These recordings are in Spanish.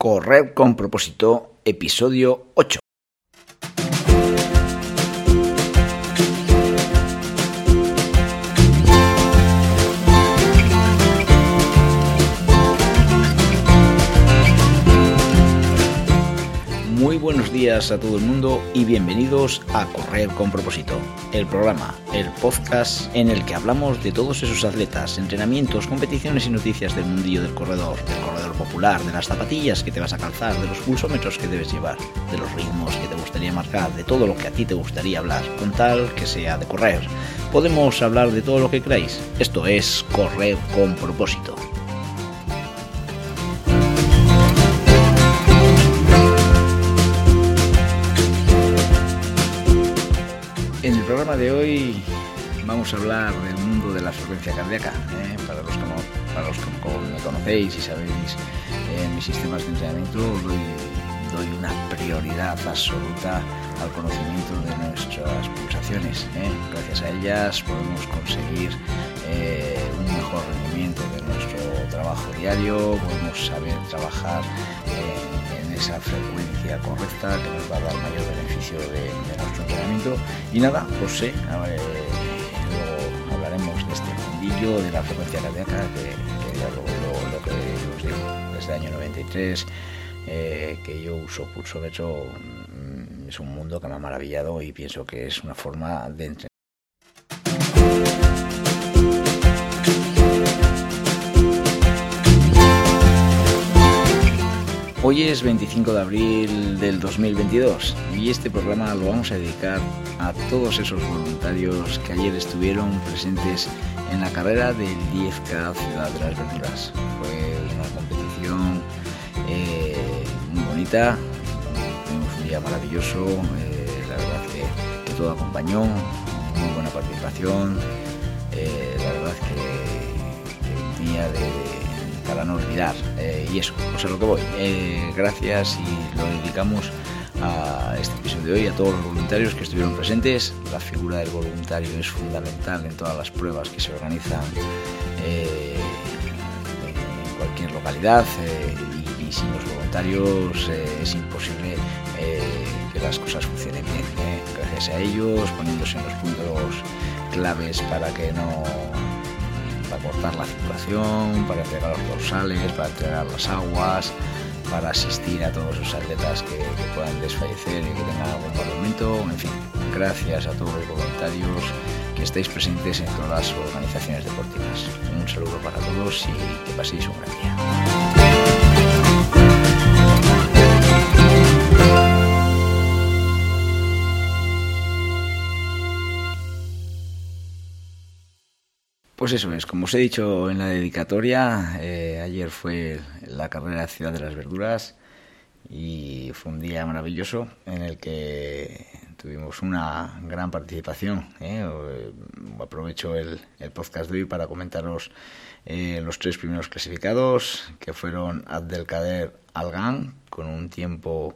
Correr con propósito, episodio 8. Muy buenos días a todo el mundo y bienvenidos a Correr con propósito, el programa, el podcast en el que hablamos de todos esos atletas, entrenamientos, competiciones y noticias del mundillo del corredor popular, de las zapatillas que te vas a calzar, de los pulsómetros que debes llevar, de los ritmos que te gustaría marcar, de todo lo que a ti te gustaría hablar, con tal que sea de correr. Podemos hablar de todo lo que queráis. Esto es Correr con propósito. En el programa de hoy vamos a hablar del mundo de la frecuencia cardíaca. Para los que me conocéis y sabéis, mis sistemas de entrenamiento doy una prioridad absoluta al conocimiento de nuestras pulsaciones. Gracias a ellas podemos conseguir un mejor rendimiento de nuestro trabajo diario, podemos saber trabajar en esa frecuencia correcta que nos va a dar mayor beneficio de nuestro entrenamiento. Y nada, pues luego hablaremos de este mundillo de la frecuencia cardíaca que lo que os digo, desde el año 93 que yo uso pulsómetro. Es un mundo que me ha maravillado y pienso que es una forma de entrenar. Hoy es 25 de abril del 2022 y este programa lo vamos a dedicar a todos esos voluntarios que ayer estuvieron presentes en la carrera del 10K Ciudad de las Verduras. Fue una competición muy bonita, tuvimos un día maravilloso, la verdad que todo acompañó, muy buena participación, la verdad que un día para no olvidar, y eso, pues a lo que voy. Gracias y lo dedicamos a este episodio de hoy a todos los voluntarios que estuvieron presentes. La figura del voluntario es fundamental en todas las pruebas que se organizan en cualquier localidad, y sin los voluntarios es imposible que las cosas funcionen bien. Gracias a ellos, poniéndose en los puntos claves para cortar la circulación, para entregar los dorsales, para entregar las aguas, para asistir a todos los atletas que puedan desfallecer y que tengan algún momento. En fin, gracias a todos los voluntarios que estáis presentes en todas las organizaciones deportivas. Un saludo para todos y que paséis un gran día. Pues eso es, como os he dicho en la dedicatoria, ayer fue la carrera de Ciudad de las Verduras y fue un día maravilloso en el que tuvimos una gran participación. Aprovecho el podcast de hoy para comentaros los tres primeros clasificados, que fueron Abdelkader Algan con un tiempo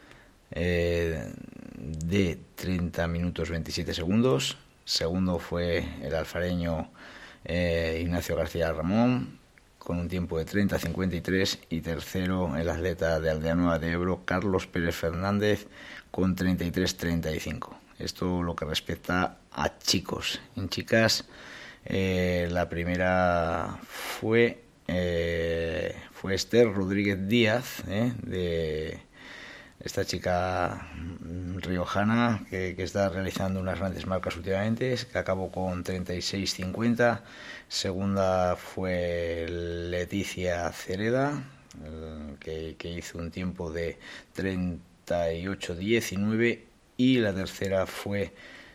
de 30 minutos 27 segundos. Segundo fue el alfareño Ignacio García Ramón con un tiempo de 30.53 y tercero el atleta de Aldea Nueva de Ebro Carlos Pérez Fernández con 33.35. Esto lo que respecta a chicos. En chicas, la primera fue Esther Rodríguez Díaz, de esta chica riojana que está realizando unas grandes marcas últimamente, que acabó con 36.50. Segunda fue Leticia Cereda, que hizo un tiempo de 38.19. Y la tercera fue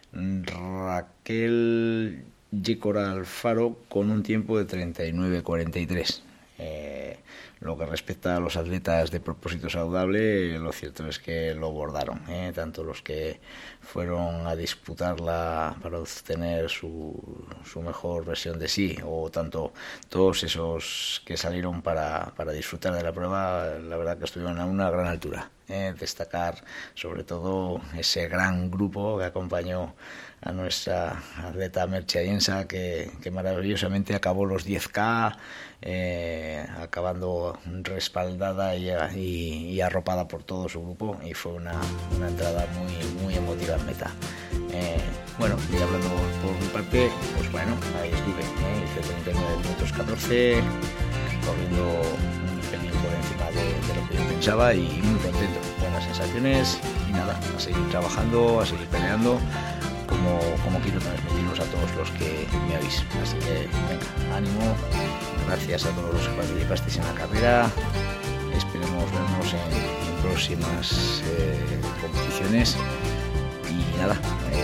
Raquel Yécora Alfaro con un tiempo de 39.43. Lo que respecta a los atletas de propósito saludable, lo cierto es que lo bordaron, tanto los que fueron a disputarla para obtener su mejor versión de sí, o tanto todos esos que salieron para disfrutar de la prueba. La verdad que estuvieron a una gran altura. destacar sobre todo ese gran grupo que acompañó a nuestra atleta Merche Aiensa, que maravillosamente acabó los 10K, acabando respaldada y arropada por todo su grupo, y fue una entrada muy emotiva en meta. Bueno, y hablando por mi parte, pues bueno, ahí estuve, hice 39 minutos 14, corriendo un pelín por encima de lo que yo pensaba, y muy contento, buenas sensaciones, y nada, a seguir trabajando, a seguir peleando, como quiero transmitiros a todos los que me oís. Así que venga, ánimo, gracias a todos los que participasteis en la carrera, esperemos vernos en próximas competiciones, y nada,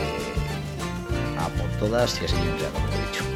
a por todas y a seguir entrenando, como he dicho.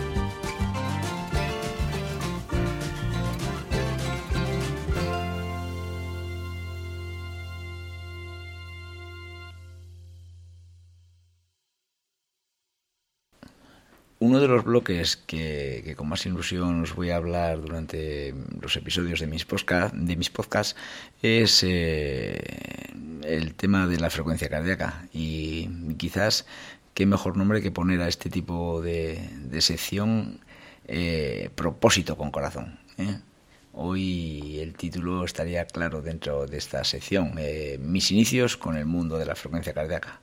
Uno de los bloques que con más ilusión os voy a hablar durante los episodios de mis podcasts es el tema de la frecuencia cardíaca, y quizás qué mejor nombre que poner a este tipo de sección propósito con corazón. Hoy el título estaría claro dentro de esta sección, mis inicios con el mundo de la frecuencia cardíaca.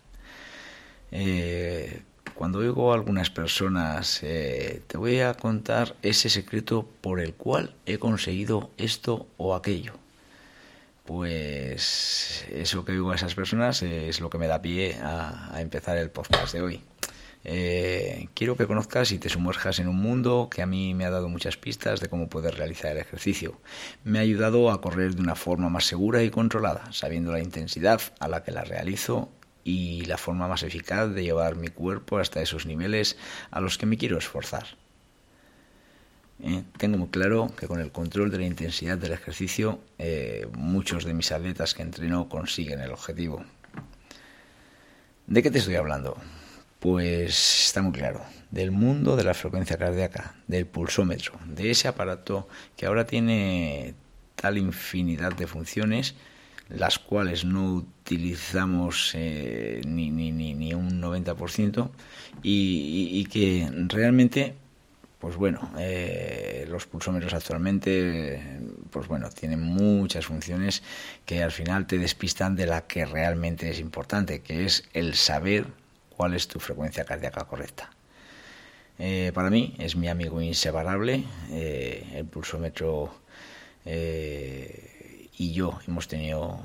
Cuando oigo a algunas personas, te voy a contar ese secreto por el cual he conseguido esto o aquello. Pues eso que oigo a esas personas es lo que me da pie a empezar el podcast de hoy. Quiero que conozcas y te sumerjas en un mundo que a mí me ha dado muchas pistas de cómo poder realizar el ejercicio. Me ha ayudado a correr de una forma más segura y controlada, sabiendo la intensidad a la que la realizo y la forma más eficaz de llevar mi cuerpo hasta esos niveles a los que me quiero esforzar. Tengo muy claro que con el control de la intensidad del ejercicio, muchos de mis atletas que entreno consiguen el objetivo. ¿De qué te estoy hablando? Pues está muy claro, del mundo de la frecuencia cardíaca, del pulsómetro, de ese aparato que ahora tiene tal infinidad de funciones, las cuales no utilizamos ni un 90%, y que realmente, pues bueno, los pulsómetros actualmente, pues bueno, tienen muchas funciones que al final te despistan de la que realmente es importante, que es el saber cuál es tu frecuencia cardíaca correcta. Para mí es mi amigo inseparable, el pulsómetro, y yo hemos tenido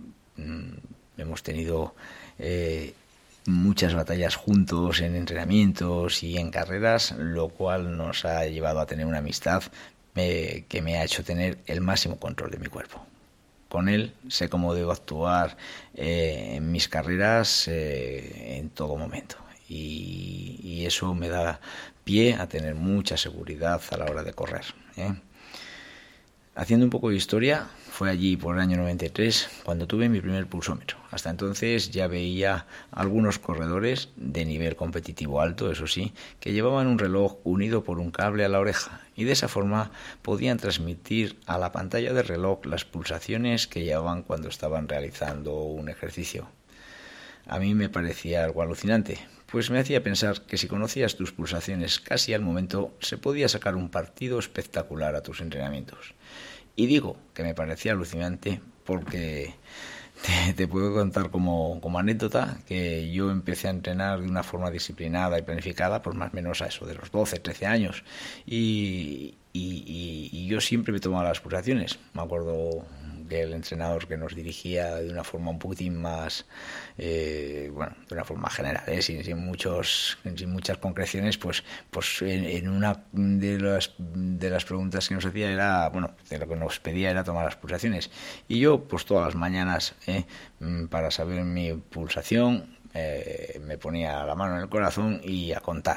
muchas batallas juntos en entrenamientos y en carreras, lo cual nos ha llevado a tener una amistad que me ha hecho tener el máximo control de mi cuerpo. Con él sé cómo debo actuar en mis carreras en todo momento, y eso me da pie a tener mucha seguridad a la hora de correr. Haciendo un poco de historia, fue allí por el año 93 cuando tuve mi primer pulsómetro. Hasta entonces ya veía algunos corredores de nivel competitivo alto, eso sí, que llevaban un reloj unido por un cable a la oreja, y de esa forma podían transmitir a la pantalla del reloj las pulsaciones que llevaban cuando estaban realizando un ejercicio. A mí me parecía algo alucinante, pues me hacía pensar que si conocías tus pulsaciones casi al momento, se podía sacar un partido espectacular a tus entrenamientos. Y digo que me parecía alucinante porque te puedo contar como anécdota que yo empecé a entrenar de una forma disciplinada y planificada, pues más o menos a eso de los 12, 13 años. Y yo siempre me tomaba las pulsaciones. Me acuerdo del entrenador que nos dirigía de una forma un poquitín más, de una forma general, sin muchas concreciones, pues en una de las preguntas que nos hacía era, de lo que nos pedía era tomar las pulsaciones. Y yo, pues todas las mañanas, para saber mi pulsación, me ponía la mano en el corazón y a contar.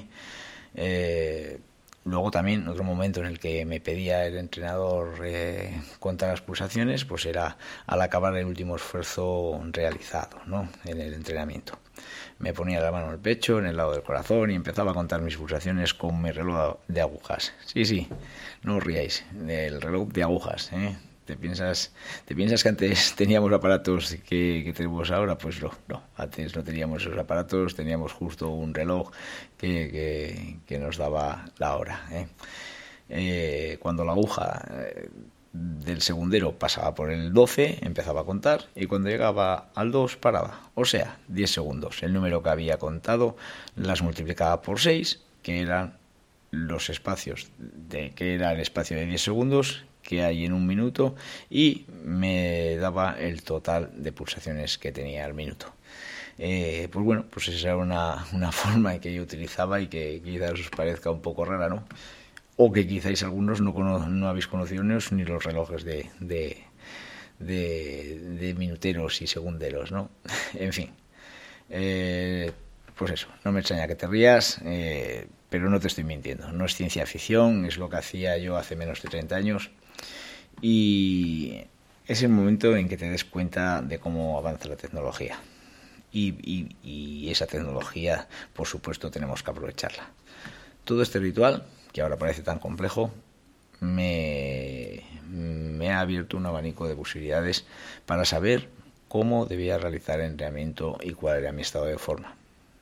Luego también otro momento en el que me pedía el entrenador contar las pulsaciones, pues era al acabar el último esfuerzo realizado, ¿no?, en el entrenamiento. Me ponía la mano en el pecho, en el lado del corazón, y empezaba a contar mis pulsaciones con mi reloj de agujas. Sí, no os riáis, el reloj de agujas, ¿Te piensas que antes teníamos aparatos que tenemos ahora? Pues no. Antes no teníamos esos aparatos, teníamos justo un reloj que nos daba la hora. Cuando la aguja del segundero pasaba por el 12, empezaba a contar, y cuando llegaba al 2 paraba. O sea, 10 segundos. El número que había contado las multiplicaba por 6, que eran los espacios, que era el espacio de 10 segundos que hay en un minuto, y me daba el total de pulsaciones que tenía al minuto. Pues bueno, pues esa era una forma que yo utilizaba y que quizás os parezca un poco rara, ¿no? O que quizás algunos no habéis conocido ni los relojes de minuteros y segunderos, ¿no? En fin, pues eso, no me extraña que te rías, pero no te estoy mintiendo, no es ciencia ficción, es lo que hacía yo hace menos de 30 años, y es el momento en que te des cuenta de cómo avanza la tecnología, y esa tecnología, por supuesto, tenemos que aprovecharla. Todo este ritual, que ahora parece tan complejo, me ha abierto un abanico de posibilidades para saber cómo debía realizar el entrenamiento y cuál era mi estado de forma.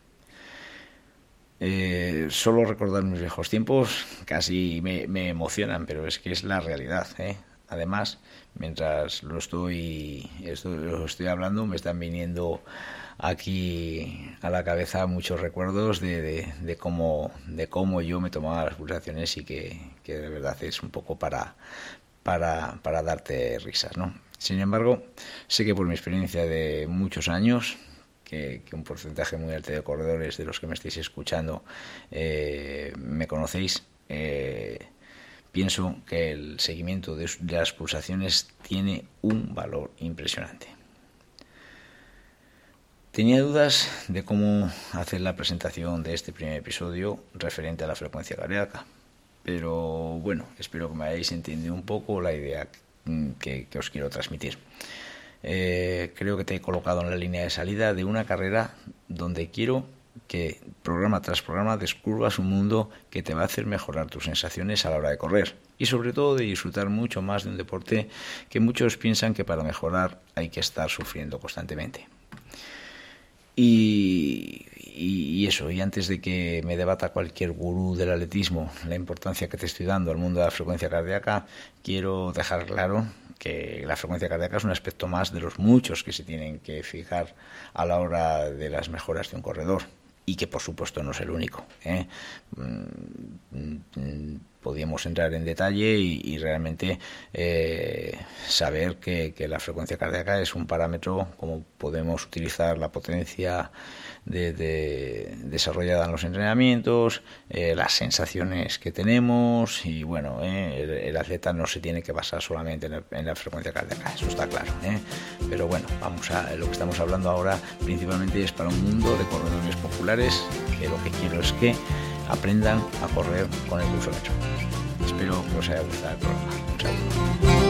Solo recordar mis viejos tiempos casi me emocionan, pero es que es la realidad, ¿eh? Además, mientras lo estoy hablando, me están viniendo aquí a la cabeza muchos recuerdos de cómo yo me tomaba las pulsaciones, y que de verdad es un poco para darte risas, ¿no? Sin embargo, sé que por mi experiencia de muchos años, que un porcentaje muy alto de corredores de los que me estáis escuchando me conocéis, pienso que el seguimiento de las pulsaciones tiene un valor impresionante. Tenía dudas de cómo hacer la presentación de este primer episodio referente a la frecuencia cardíaca, pero bueno, espero que me hayáis entendido un poco la idea que os quiero transmitir. Creo que te he colocado en la línea de salida de una carrera donde quiero que programa tras programa descubras un mundo que te va a hacer mejorar tus sensaciones a la hora de correr, y sobre todo de disfrutar mucho más de un deporte que muchos piensan que para mejorar hay que estar sufriendo constantemente. Y eso, y antes de que me debata cualquier gurú del atletismo la importancia que te estoy dando al mundo de la frecuencia cardíaca, quiero dejar claro que la frecuencia cardíaca es un aspecto más de los muchos que se tienen que fijar a la hora de las mejoras de un corredor, y que por supuesto no es el único, ¿eh? Podríamos entrar en detalle y realmente saber que la frecuencia cardíaca es un parámetro, como podemos utilizar la potencia desarrollada en los entrenamientos, las sensaciones que tenemos, y bueno, el atleta no se tiene que basar solamente en la frecuencia cardíaca, eso está claro, pero bueno, lo que estamos hablando ahora principalmente es para un mundo de corredores populares, que lo que quiero es que aprendan a correr con el pulsómetro. Espero que os haya gustado el programa. Un saludo.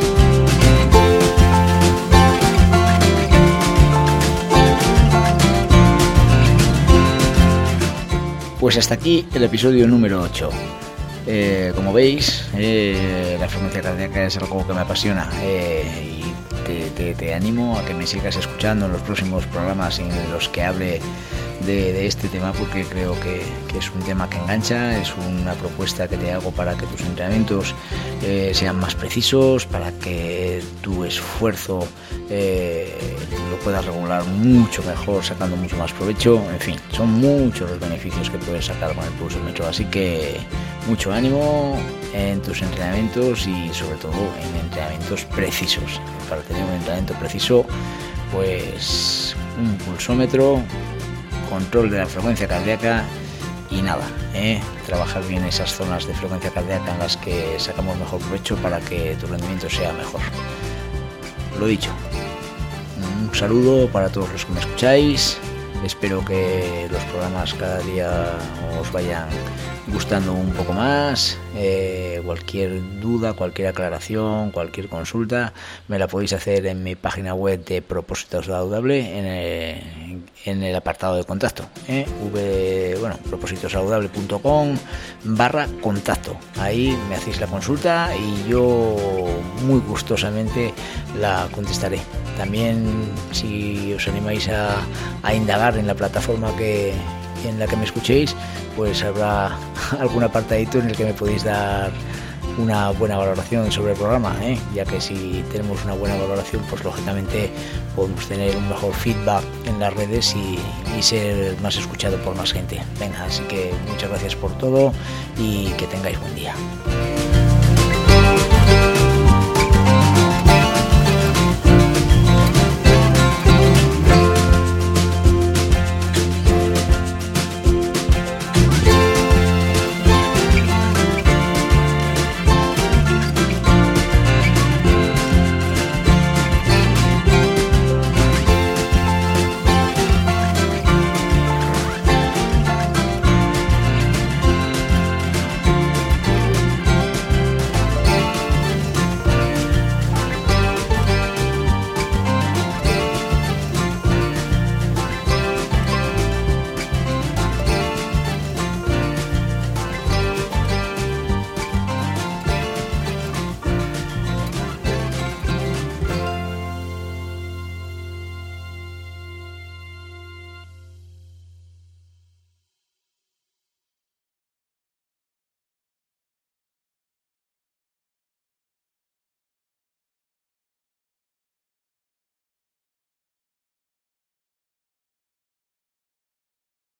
Pues hasta aquí el episodio número 8. Como veis, la frecuencia cardíaca es algo que me apasiona, y te animo a que me sigas escuchando en los próximos programas en los que hable de este tema, porque creo que es un tema que engancha, es una propuesta que te hago para que tus entrenamientos sean más precisos, para que tu esfuerzo lo puedas regular mucho mejor, sacando mucho más provecho. En fin, son muchos los beneficios que puedes sacar con el pulsómetro, así que mucho ánimo en tus entrenamientos, y sobre todo en entrenamientos precisos. Para tener un entrenamiento preciso, pues un pulsómetro, control de la frecuencia cardíaca y nada, trabajar bien esas zonas de frecuencia cardíaca en las que sacamos mejor provecho para que tu rendimiento sea mejor. Lo dicho, un saludo para todos los que me escucháis. Espero que los programas cada día os vayan gustando un poco más. Cualquier duda, cualquier aclaración, cualquier consulta me la podéis hacer en mi página web de Propósito Saludable en el apartado de contacto, propósitosaludable.com/contacto. Ahí me hacéis la consulta y yo muy gustosamente la contestaré. También, si os animáis a indagar en la plataforma en la que me escuchéis, pues habrá algún apartadito en el que me podéis dar una buena valoración sobre el programa, ya que si tenemos una buena valoración, pues lógicamente podemos tener un mejor feedback en las redes y ser más escuchado por más gente. Venga, así que muchas gracias por todo y que tengáis buen día.